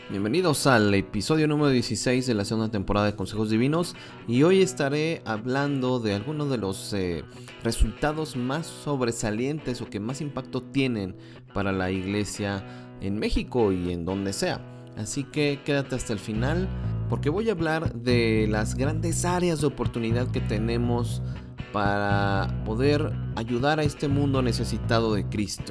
Bienvenidos al episodio número 16 de la segunda temporada de Consejos Divinos, y hoy estaré hablando de algunos de los resultados más sobresalientes o que más impacto tienen para la iglesia en México y en donde sea. Así que quédate hasta el final porque voy a hablar de las grandes áreas de oportunidad que tenemos para poder ayudar a este mundo necesitado de Cristo.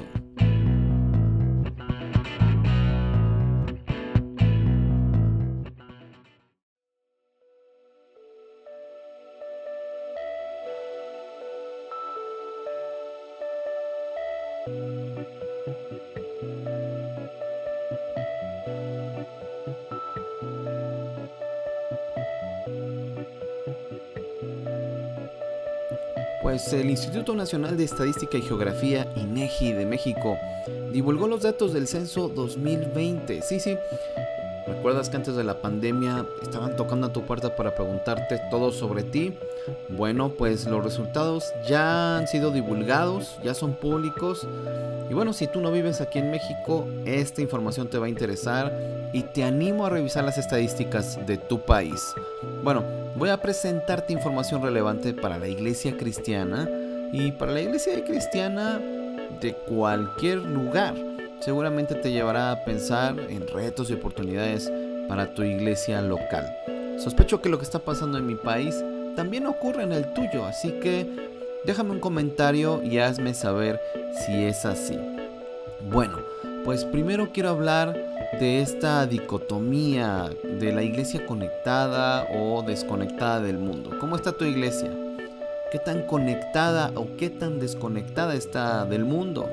Pues el Instituto Nacional de Estadística y Geografía, INEGI de México, divulgó los datos del censo 2020. Sí, ¿recuerdas que antes de la pandemia estaban tocando a tu puerta para preguntarte todo sobre ti? Bueno, pues los resultados ya han sido divulgados, ya son públicos. Y bueno, si tú no vives aquí en México, esta información te va a interesar y te animo a revisar las estadísticas de tu país. Bueno, voy a presentarte información relevante para la iglesia cristiana y para la iglesia cristiana de cualquier lugar. Seguramente te llevará a pensar en retos y oportunidades para tu iglesia local. Sospecho que lo que está pasando en mi país también ocurre en el tuyo, así que déjame un comentario y hazme saber si es así. Bueno, pues primero quiero hablar de esta dicotomía de la iglesia conectada o desconectada del mundo. ¿Cómo está tu iglesia? ¿Qué tan conectada o qué tan desconectada está del mundo?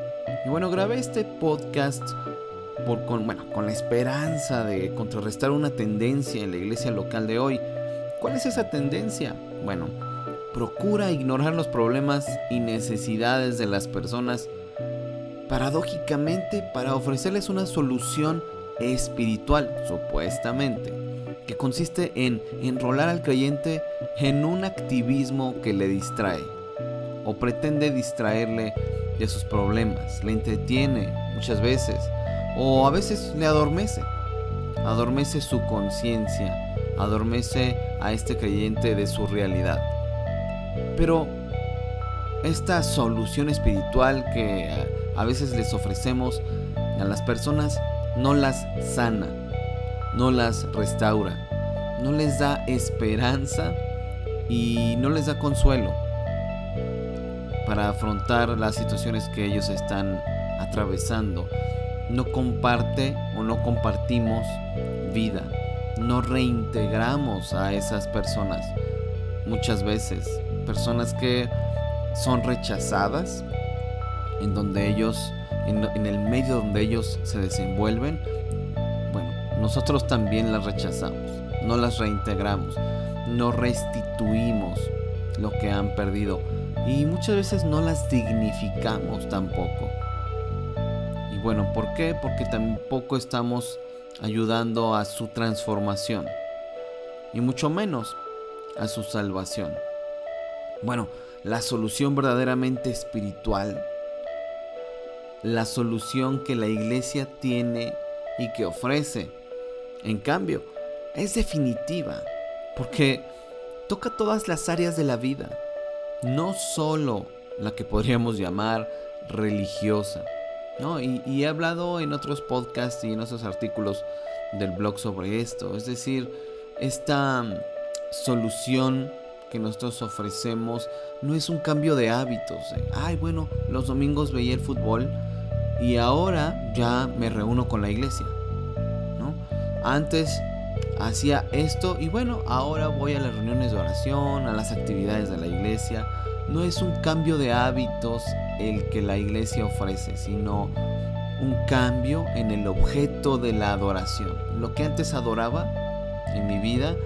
Y bueno, grabé este podcast con la esperanza de contrarrestar una tendencia en la iglesia local de hoy. ¿Cuál es esa tendencia? Bueno, procura ignorar los problemas y necesidades de las personas, paradójicamente, para ofrecerles una solución espiritual, supuestamente, que consiste en enrolar al creyente en un activismo que le distrae o pretende distraerle de sus problemas, le entretiene muchas veces o a veces le adormece su conciencia, adormece a este creyente de su realidad. Pero esta solución espiritual que a veces les ofrecemos a las personas no las sana, no las restaura, no les da esperanza y no les da consuelo para afrontar las situaciones que ellos están atravesando. No comparte o no compartimos vida, no reintegramos a esas personas. Muchas veces, personas que son rechazadas en el medio donde ellos se desenvuelven. Bueno, nosotros también las rechazamos, no las reintegramos, no restituimos lo que han perdido y muchas veces no las dignificamos tampoco. Y bueno, ¿por qué? Porque tampoco estamos ayudando a su transformación y mucho menos a su salvación. Bueno, la solución verdaderamente espiritual, la solución que la iglesia tiene y que ofrece, en cambio, es definitiva, porque toca todas las áreas de la vida, no solo la que podríamos llamar religiosa, ¿no? Y he hablado en otros podcasts y en otros artículos del blog sobre esto, es decir, esta solución que nosotros ofrecemos no es un cambio de hábitos. Los domingos veía el fútbol y ahora ya me reúno con la iglesia, ¿no? Antes hacía esto y ahora voy a las reuniones de oración, a las actividades de la iglesia. No es un cambio de hábitos el que la iglesia ofrece, sino un cambio en el objeto de la adoración. Lo que antes adoraba en mi vida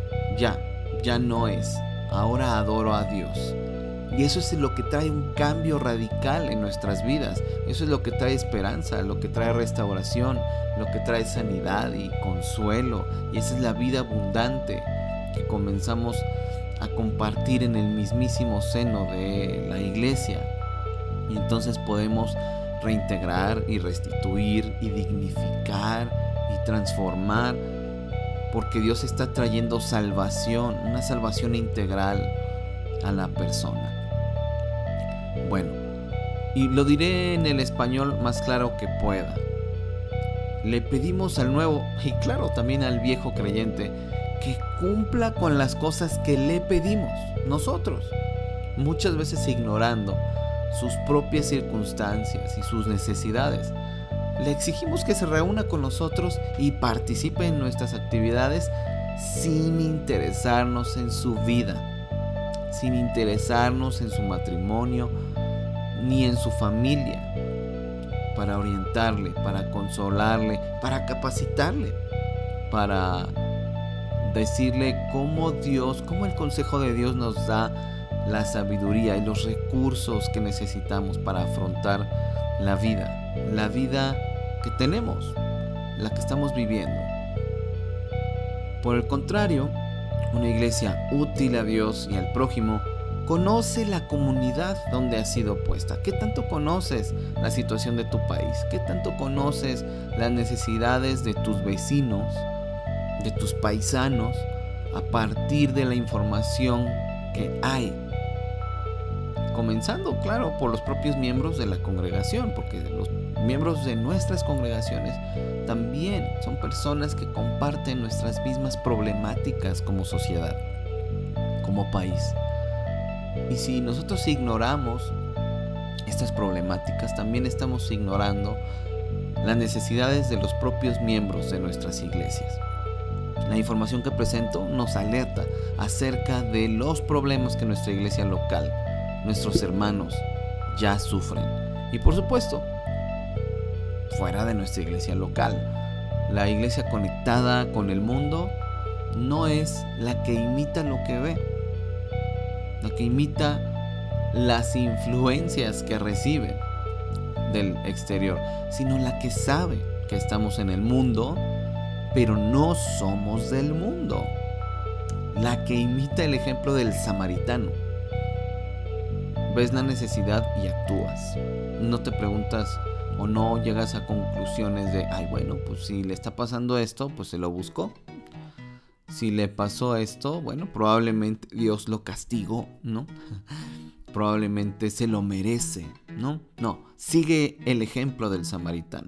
ya no es. Ahora adoro a Dios. Y eso es lo que trae un cambio radical en nuestras vidas. Eso es lo que trae esperanza, lo que trae restauración, lo que trae sanidad y consuelo. Y esa es la vida abundante que comenzamos a compartir en el mismísimo seno de la iglesia. Y entonces podemos reintegrar y restituir y dignificar y transformar, porque Dios está trayendo salvación, una salvación integral a la persona. Bueno, y lo diré en el español más claro que pueda. Le pedimos al nuevo, y claro, también al viejo creyente, que cumpla con las cosas que le pedimos nosotros, muchas veces ignorando sus propias circunstancias y sus necesidades. Le exigimos que se reúna con nosotros y participe en nuestras actividades sin interesarnos en su vida, sin interesarnos en su matrimonio ni en su familia, para orientarle, para consolarle, para capacitarle, para decirle cómo el consejo de Dios nos da la sabiduría y los recursos que necesitamos para afrontar la vida que tenemos, la que estamos viviendo. Por el contrario, una iglesia útil a Dios y al prójimo conoce la comunidad donde has sido puesta. ¿Qué tanto conoces la situación de tu país? ¿Qué tanto conoces las necesidades de tus vecinos, de tus paisanos, a partir de la información que hay? Comenzando, claro, por los propios miembros de la congregación, porque los miembros de nuestras congregaciones también son personas que comparten nuestras mismas problemáticas como sociedad, como país. Y si nosotros ignoramos estas problemáticas, también estamos ignorando las necesidades de los propios miembros de nuestras iglesias. La información que presento nos alerta acerca de los problemas que nuestra iglesia local, nuestros hermanos, ya sufren. Y por supuesto, fuera de nuestra iglesia local, la iglesia conectada con el mundo no es la que imita lo que ve, la que imita las influencias que recibe del exterior, sino la que sabe que estamos en el mundo, pero no somos del mundo, la que imita el ejemplo del samaritano. Ves la necesidad y actúas. No te preguntas o no llegas a conclusiones de, bueno, pues si le está pasando esto, pues se lo buscó. Si le pasó esto, bueno, probablemente Dios lo castigó, ¿no? Probablemente se lo merece, ¿no? No, sigue el ejemplo del samaritano.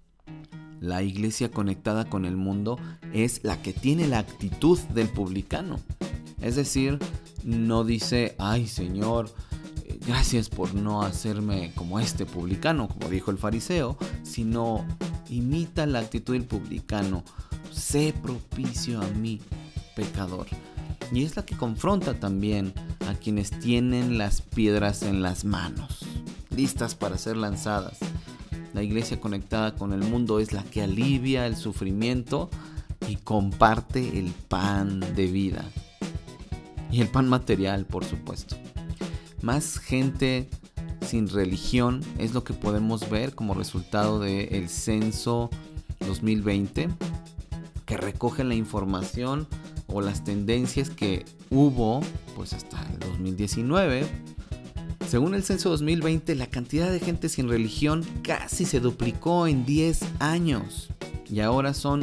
La iglesia conectada con el mundo es la que tiene la actitud del publicano. Es decir, no dice, ay Señor, gracias por no hacerme como este publicano, como dijo el fariseo, sino imita la actitud del publicano. Sé propicio a mí, pecador. Y es la que confronta también a quienes tienen las piedras en las manos, listas para ser lanzadas. La iglesia conectada con el mundo es la que alivia el sufrimiento y comparte el pan de vida. Y el pan material, por supuesto. Más gente sin religión es lo que podemos ver como resultado del censo 2020, que recoge la información o las tendencias que hubo pues hasta el 2019. Según el censo 2020, la cantidad de gente sin religión casi se duplicó en 10 años y ahora son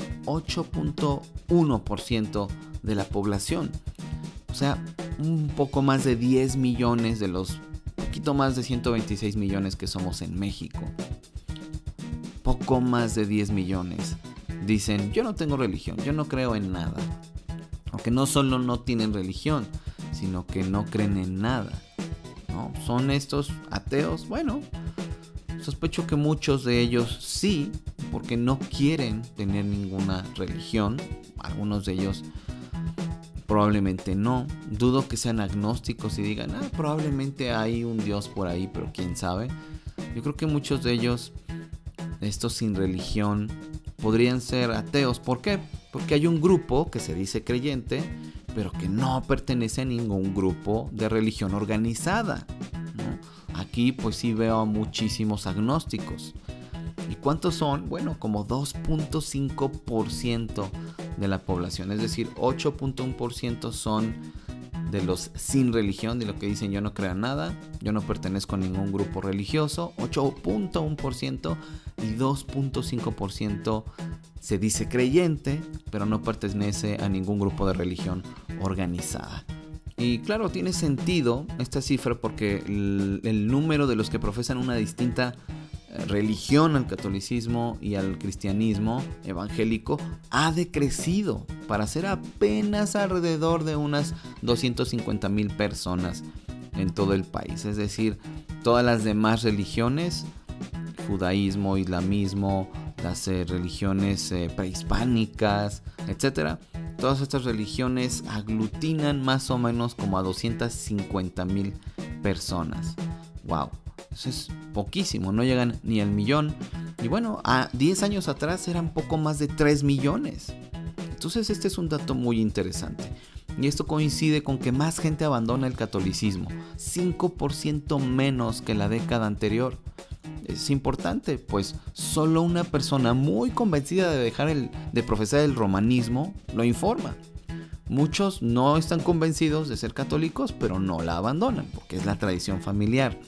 8.1% de la población. O sea, un poco más de 10 millones de los poquito más de 126 millones que somos en México. Poco más de 10 millones dicen, yo no tengo religión, yo no creo en nada. Aunque no solo no tienen religión, sino que no creen en nada, ¿no? ¿Son estos ateos? Bueno, sospecho que muchos de ellos sí, porque no quieren tener ninguna religión. Algunos de ellos probablemente no. Dudo que sean agnósticos y digan, probablemente hay un Dios por ahí, pero quién sabe. Yo creo que muchos de ellos, estos sin religión, podrían ser ateos. ¿Por qué? Porque hay un grupo que se dice creyente, pero que no pertenece a ningún grupo de religión organizada, ¿no? Aquí pues sí veo a muchísimos agnósticos. ¿Y cuántos son? Bueno, como 2.5% de la población. Es decir, 8.1% son de los sin religión, de lo que dicen yo no creo en nada, yo no pertenezco a ningún grupo religioso. 8.1% y 2.5% se dice creyente, pero no pertenece a ningún grupo de religión organizada. Y claro, tiene sentido esta cifra porque el número de los que profesan una distinta religión al catolicismo y al cristianismo evangélico ha decrecido para ser apenas alrededor de unas 250,000 personas en todo el país. Es decir, todas las demás religiones, judaísmo, islamismo, las religiones prehispánicas, etcétera, todas estas religiones aglutinan más o menos como a 250,000 personas. ¡Wow! Eso es poquísimo, no llegan ni al millón. Y bueno, a 10 años atrás eran poco más de 3 millones. Entonces este es un dato muy interesante. Y esto coincide con que más gente abandona el catolicismo, 5% menos que la década anterior. Es importante, pues solo una persona muy convencida de dejar de profesar el romanismo lo informa. Muchos no están convencidos de ser católicos, pero no la abandonan, porque es la tradición familiar.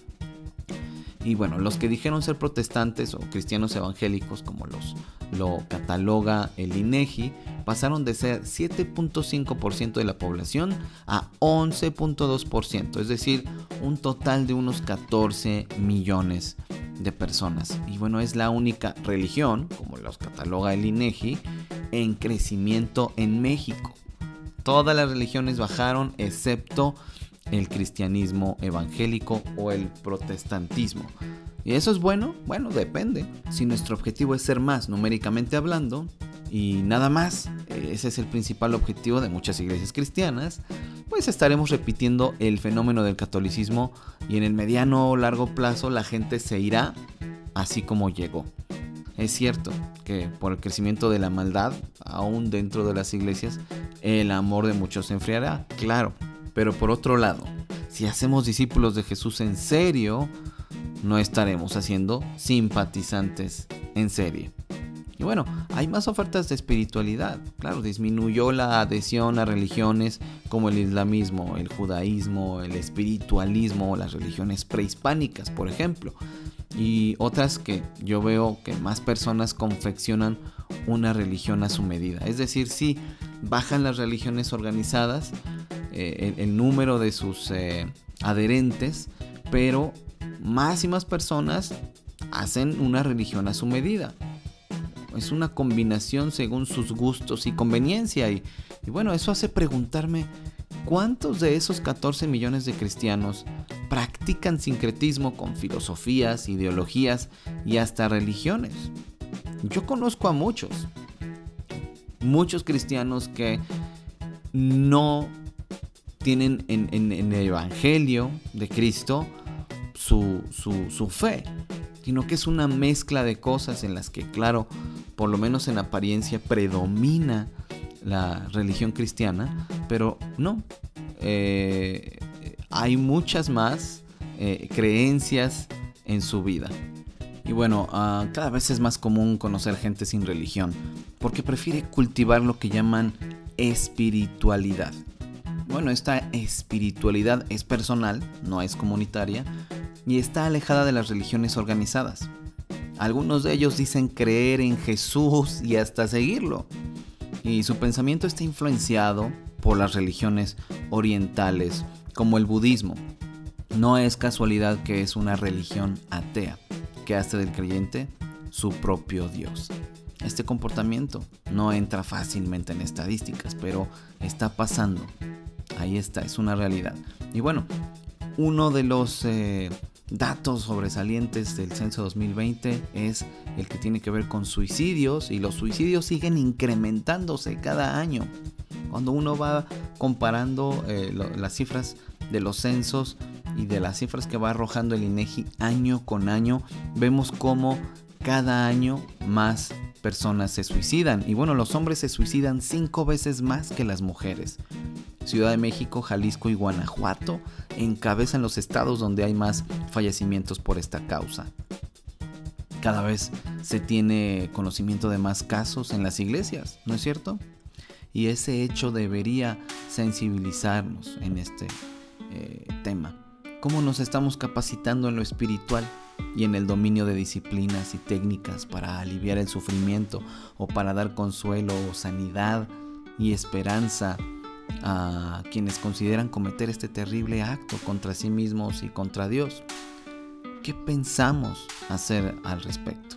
Y bueno, los que dijeron ser protestantes o cristianos evangélicos, como lo cataloga el INEGI, pasaron de ser 7.5% de la población a 11.2%, es decir, un total de unos 14 millones de personas. Y bueno, es la única religión, como los cataloga el INEGI, en crecimiento en México. Todas las religiones bajaron excepto el cristianismo evangélico o el protestantismo. ¿Y eso es bueno? Bueno, depende. Si nuestro objetivo es ser más numéricamente hablando y nada más, ese es el principal objetivo de muchas iglesias cristianas, pues estaremos repitiendo el fenómeno del catolicismo y en el mediano o largo plazo la gente se irá así como llegó. Es cierto que por el crecimiento de la maldad, aún dentro de las iglesias, el amor de muchos se enfriará, claro. Pero por otro lado, si hacemos discípulos de Jesús en serio, no estaremos haciendo simpatizantes en serie. Y bueno, hay más ofertas de espiritualidad. Claro, disminuyó la adhesión a religiones como el islamismo, el judaísmo, el espiritualismo, las religiones prehispánicas, por ejemplo. Y otras que yo veo que más personas confeccionan una religión a su medida. Es decir, sí, bajan las religiones organizadas, el número de sus adherentes, pero más y más personas hacen una religión a su medida. Es una combinación según sus gustos y conveniencia y bueno, eso hace preguntarme ¿cuántos de esos 14 millones de cristianos practican sincretismo con filosofías, ideologías y hasta religiones? Yo conozco a muchos cristianos que no tienen en el Evangelio de Cristo su fe, sino que es una mezcla de cosas en las que, claro, por lo menos en apariencia predomina la religión cristiana, pero no, hay muchas más creencias en su vida. Y bueno, cada vez es más común conocer gente sin religión, porque prefiere cultivar lo que llaman espiritualidad. Bueno, esta espiritualidad es personal, no es comunitaria, y está alejada de las religiones organizadas. Algunos de ellos dicen creer en Jesús y hasta seguirlo. Y su pensamiento está influenciado por las religiones orientales, como el budismo. No es casualidad que es una religión atea, que hace del creyente su propio Dios. Este comportamiento no entra fácilmente en estadísticas, pero está pasando. Ahí está, es una realidad. Y bueno, uno de los datos sobresalientes del censo 2020 es el que tiene que ver con suicidios, y los suicidios siguen incrementándose cada año. Cuando uno va comparando las cifras de los censos y de las cifras que va arrojando el INEGI año con año, vemos cómo cada año más personas se suicidan. Y bueno, los hombres se suicidan 5 veces más que las mujeres. Ciudad de México, Jalisco y Guanajuato encabezan los estados donde hay más fallecimientos por esta causa. Cada vez se tiene conocimiento de más casos en las iglesias, ¿no es cierto? Y ese hecho debería sensibilizarnos en este tema. ¿Cómo nos estamos capacitando en lo espiritual y en el dominio de disciplinas y técnicas para aliviar el sufrimiento o para dar consuelo o sanidad y esperanza a quienes consideran cometer este terrible acto contra sí mismos y contra Dios? ¿Qué pensamos hacer al respecto?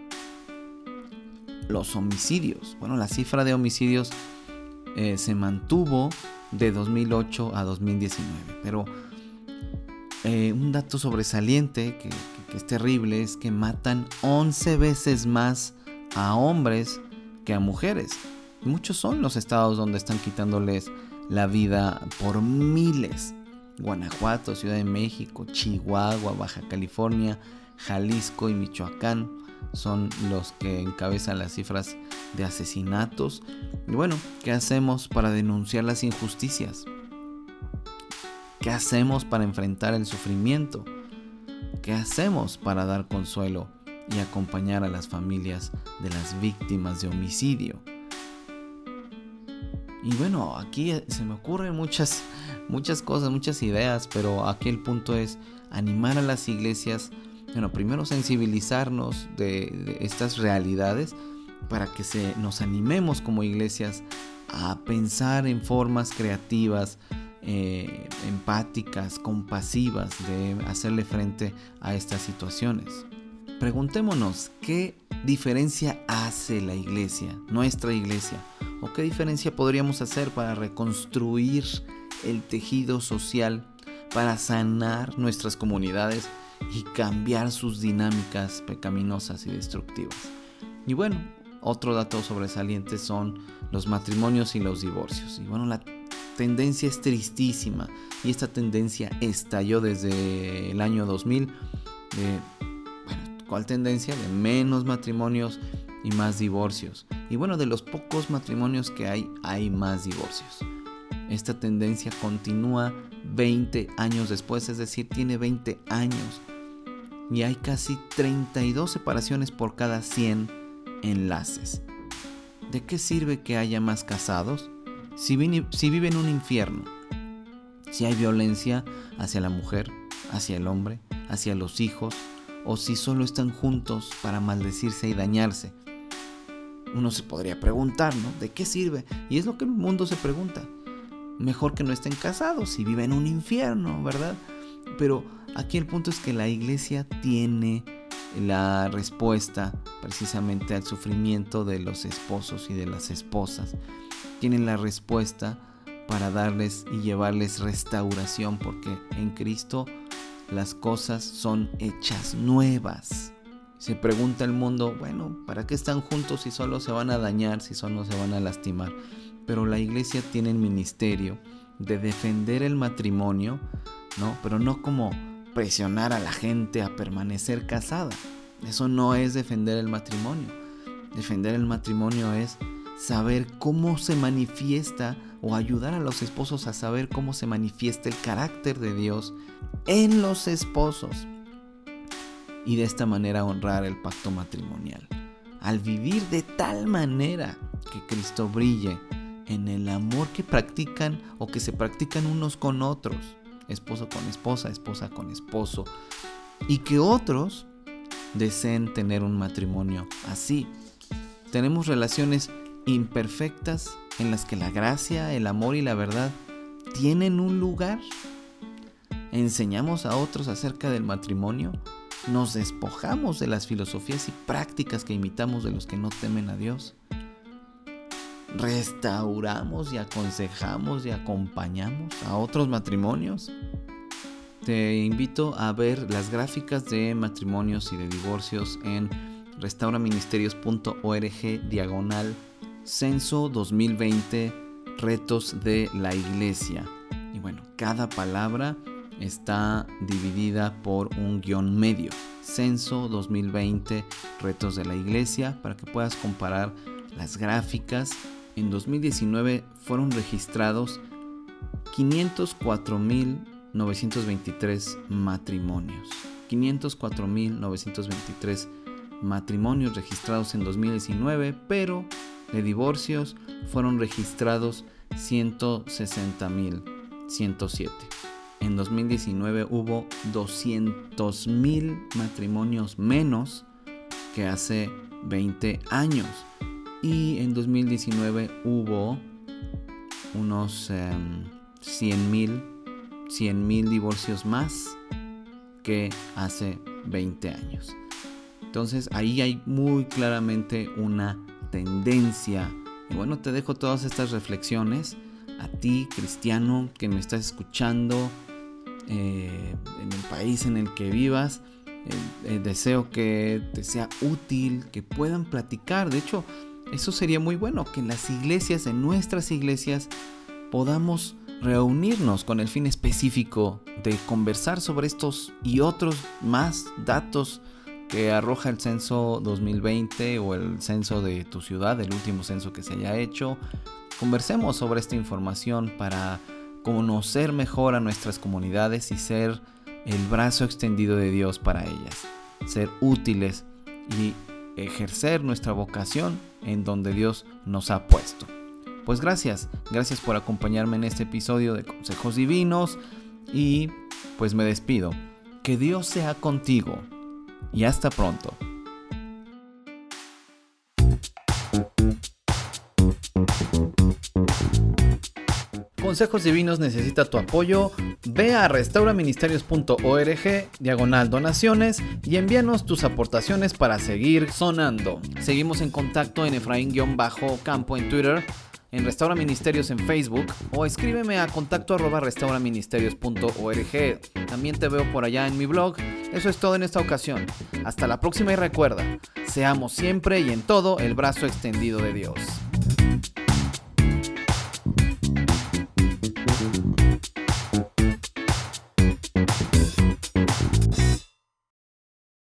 Los homicidios. Bueno, la cifra de homicidios se mantuvo de 2008 a 2019, pero un dato sobresaliente que es terrible es que matan 11 veces más a hombres que a mujeres. Muchos son los estados donde están quitándoles la vida por miles. Guanajuato, Ciudad de México, Chihuahua, Baja California, Jalisco y Michoacán son los que encabezan las cifras de asesinatos. Y bueno, ¿qué hacemos para denunciar las injusticias? ¿Qué hacemos para enfrentar el sufrimiento? ¿Qué hacemos para dar consuelo y acompañar a las familias de las víctimas de homicidio? Y bueno, aquí se me ocurren muchas cosas, muchas ideas, pero aquí el punto es animar a las iglesias, bueno, primero sensibilizarnos de estas realidades para que nos animemos como iglesias a pensar en formas creativas, empáticas, compasivas de hacerle frente a estas situaciones. Preguntémonos, ¿qué diferencia hace la iglesia, nuestra iglesia? ¿O qué diferencia podríamos hacer para reconstruir el tejido social, para sanar nuestras comunidades y cambiar sus dinámicas pecaminosas y destructivas? Y bueno, otro dato sobresaliente son los matrimonios y los divorcios. Y bueno, la tendencia es tristísima y esta tendencia estalló desde el año 2000. ¿Cuál tendencia? De menos matrimonios y más divorcios. Y bueno, de los pocos matrimonios que hay más divorcios. Esta tendencia continúa 20 años después, es decir, tiene 20 años. Y hay casi 32 separaciones por cada 100 enlaces. ¿De qué sirve que haya más casados si viven un infierno? Si hay violencia hacia la mujer, hacia el hombre, hacia los hijos, o si solo están juntos para maldecirse y dañarse. Uno se podría preguntar, ¿no? ¿De qué sirve? Y es lo que el mundo se pregunta. Mejor que no estén casados si viven un infierno, ¿verdad? Pero aquí el punto es que la iglesia tiene la respuesta precisamente al sufrimiento de los esposos y de las esposas. Tienen la respuesta para darles y llevarles restauración, porque en Cristo las cosas son hechas nuevas. Se pregunta el mundo, bueno, ¿para qué están juntos si solo se van a dañar, si solo se van a lastimar? Pero la iglesia tiene el ministerio de defender el matrimonio, ¿no? Pero no como presionar a la gente a permanecer casada. Eso no es defender el matrimonio. Defender el matrimonio es saber cómo se manifiesta, o ayudar a los esposos a saber cómo se manifiesta el carácter de Dios en los esposos, y de esta manera honrar el pacto matrimonial, al vivir de tal manera que Cristo brille en el amor que practican o que se practican unos con otros, esposo con esposa, esposa con esposo, y que otros deseen tener un matrimonio así. Tenemos relaciones imperfectas en las que la gracia, el amor y la verdad tienen un lugar. Enseñamos a otros acerca del matrimonio. Nos despojamos de las filosofías y prácticas que imitamos de los que no temen a Dios. Restauramos y aconsejamos y acompañamos a otros matrimonios. Te invito a ver las gráficas de matrimonios y de divorcios en restauraministerios.org/censo 2020 retos de la iglesia. Y bueno, cada palabra está dividida por un guión medio. Censo 2020 retos de la iglesia, para que puedas comparar las gráficas. En 2019 fueron registrados 504,923 matrimonios. 504,923 matrimonios registrados en 2019, pero de divorcios fueron registrados 160,107. en 2019 hubo 200,000 matrimonios menos que hace 20 años. Y en 2019 hubo unos 100,000 divorcios más que hace 20 años. Entonces ahí hay muy claramente una tendencia. Y bueno, te dejo todas estas reflexiones a ti, cristiano, que me estás escuchando en el país en el que vivas. Deseo que te sea útil, que puedan platicar. De hecho, eso sería muy bueno, que en las iglesias, en nuestras iglesias, podamos reunirnos con el fin específico de conversar sobre estos y otros más datos que arroja el censo 2020 o el censo de tu ciudad, el último censo que se haya hecho. Conversemos sobre esta información para conocer mejor a nuestras comunidades y ser el brazo extendido de Dios para ellas, ser útiles y ejercer nuestra vocación en donde Dios nos ha puesto. Pues gracias por acompañarme en este episodio de Consejos Divinos y pues me despido. Que Dios sea contigo y hasta pronto. Consejos Divinos necesita tu apoyo. Ve a restauraministerios.org/donaciones y envíanos tus aportaciones para seguir sonando. Seguimos en contacto en Efraín-Campo en Twitter, en Restaura Ministerios en Facebook o escríbeme a contacto@restauraministerios.org. También te veo por allá en mi blog. Eso es todo en esta ocasión. Hasta la próxima y recuerda, seamos siempre y en todo el brazo extendido de Dios.